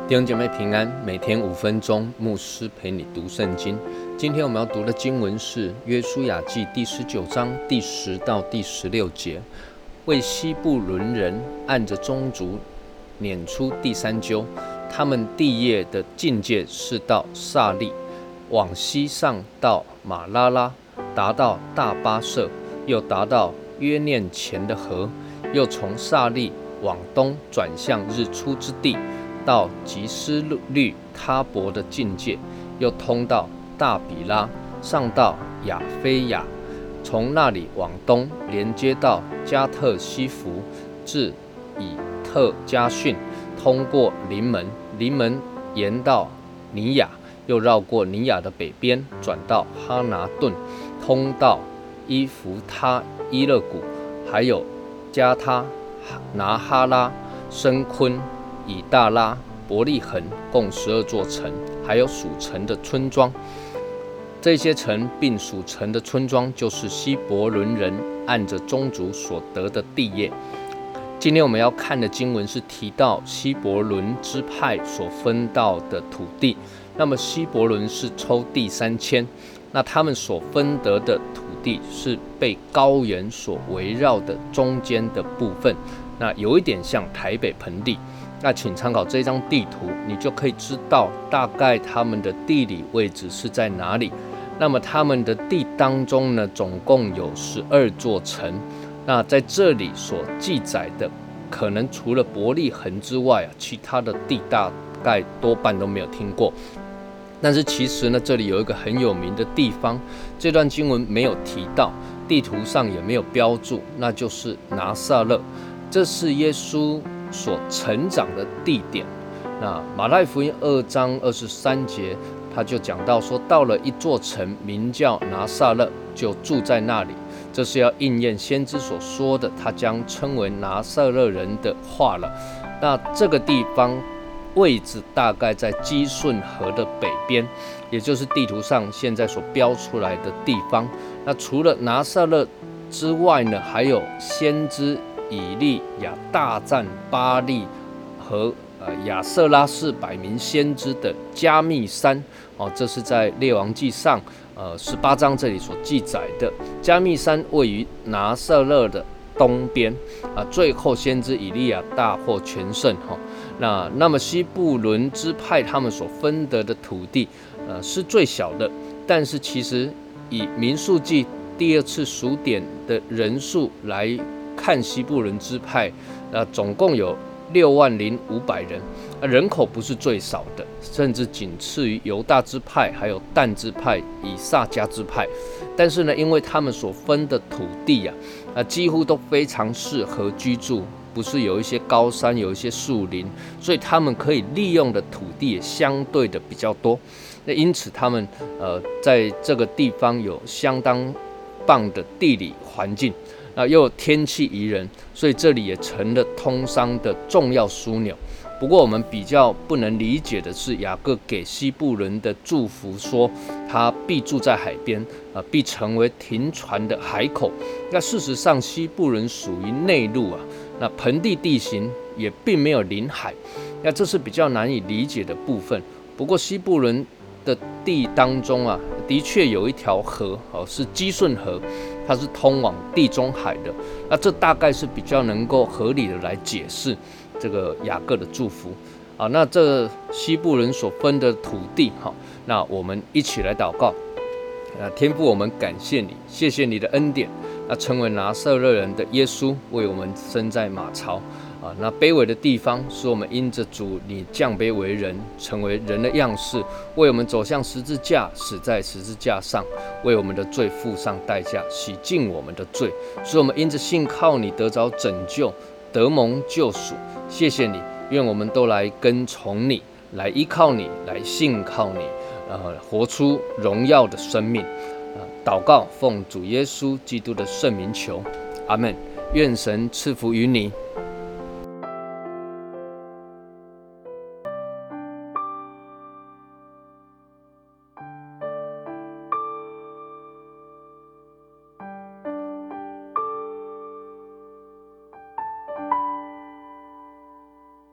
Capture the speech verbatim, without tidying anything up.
弟兄姐妹平安，每天五分钟，牧师陪你读圣经。今天我们要读的经文是约书亚记第十九章第十到第十六节。为西布伦人按着宗族撵出第三阄，他们地业的境界是到撒利，往西上到马拉拉，达到大巴色，又达到约念前的河，又从撒利往东转向日出之地，到吉斯律他伯的境界，又通到大比拉，上到亚非亚，从那里往东连接到加特西弗，至以特加逊，通过临门，临门沿到尼亚，又绕过尼亚的北边，转到哈拿顿，通到伊弗他伊勒谷，还有加他拿哈拉、申昆、以大拉、伯利恒，共十二座城，还有属城的村庄。这些城并属城的村庄，就是希伯伦人按着宗族所得的地业。今天我们要看的经文是提到希伯伦支派所分到的土地。那么希伯伦是抽地三千，那他们所分得的土地是被高原所围绕的中间的部分，那有一点像台北盆地。那请参考这张地图，你就可以知道大概他们的地理位置是在哪里。那么他们的地当中呢，总共有十二座城。那在这里所记载的，可能除了伯利恒之外啊，其他的地大概多半都没有听过。但是其实呢，这里有一个很有名的地方，这段经文没有提到，地图上也没有标注，那就是拿撒勒。这是耶稣所成长的地点。那马太福音二章二十三节，他就讲到说，到了一座城，名叫拿撒勒，就住在那里。这是要应验先知所说的，他将称为拿撒勒人的话了。那这个地方位置大概在基顺河的北边，也就是地图上现在所标出来的地方。那除了拿撒勒之外呢，还有先知以利亚大战巴利和呃亚瑟拉四百名先知的加密山哦，这是在列王记上呃十八章这里所记载的。加密山位于拿撒勒的东边啊，最后先知以利亚大获全胜哈、哦。那那么希布伦支派他们所分得的土地呃是最小的，但是其实以民数记第二次数点的人数来看，希布伦支派，呃，总共有六万零五百人，人口不是最少的，甚至仅次于犹大支派、还有但支派、以萨迦支派。但是呢，因为他们所分的土地啊，呃，几乎都非常适合居住，不是有一些高山、有一些树林，所以他们可以利用的土地也相对的比较多。那因此，他们呃在这个地方有相当棒的地理环境。那又有天气宜人，所以这里也成了通商的重要枢纽。不过我们比较不能理解的是，雅各给希布伦的祝福说，他必住在海边，啊，必成为停船的海口。那事实上，希布伦属于内陆啊，那盆地地形也并没有临海，那这是比较难以理解的部分。不过希布伦的地当中啊，的确有一条河，哦，是基顺河，它是通往地中海的。那这大概是比较能够合理的来解释这个雅各的祝福啊。那这希布伦所分的土地，哈，那我们一起来祷告。啊，天父，我们感谢你，谢谢你的恩典。那成为拿撒勒人的耶稣，为我们生在马槽啊。那卑微的地方，使我们因着主你降卑为人，成为人的样式，为我们走向十字架，死在十字架上，为我们的罪付上代价，洗净我们的罪，使我们因着信靠你得着拯救，得蒙救赎。谢谢你，愿我们都来跟从你，来依靠你，来信靠你，呃，活出荣耀的生命。呃，祷告，奉主耶稣基督的圣名求，阿们。愿神赐福于你。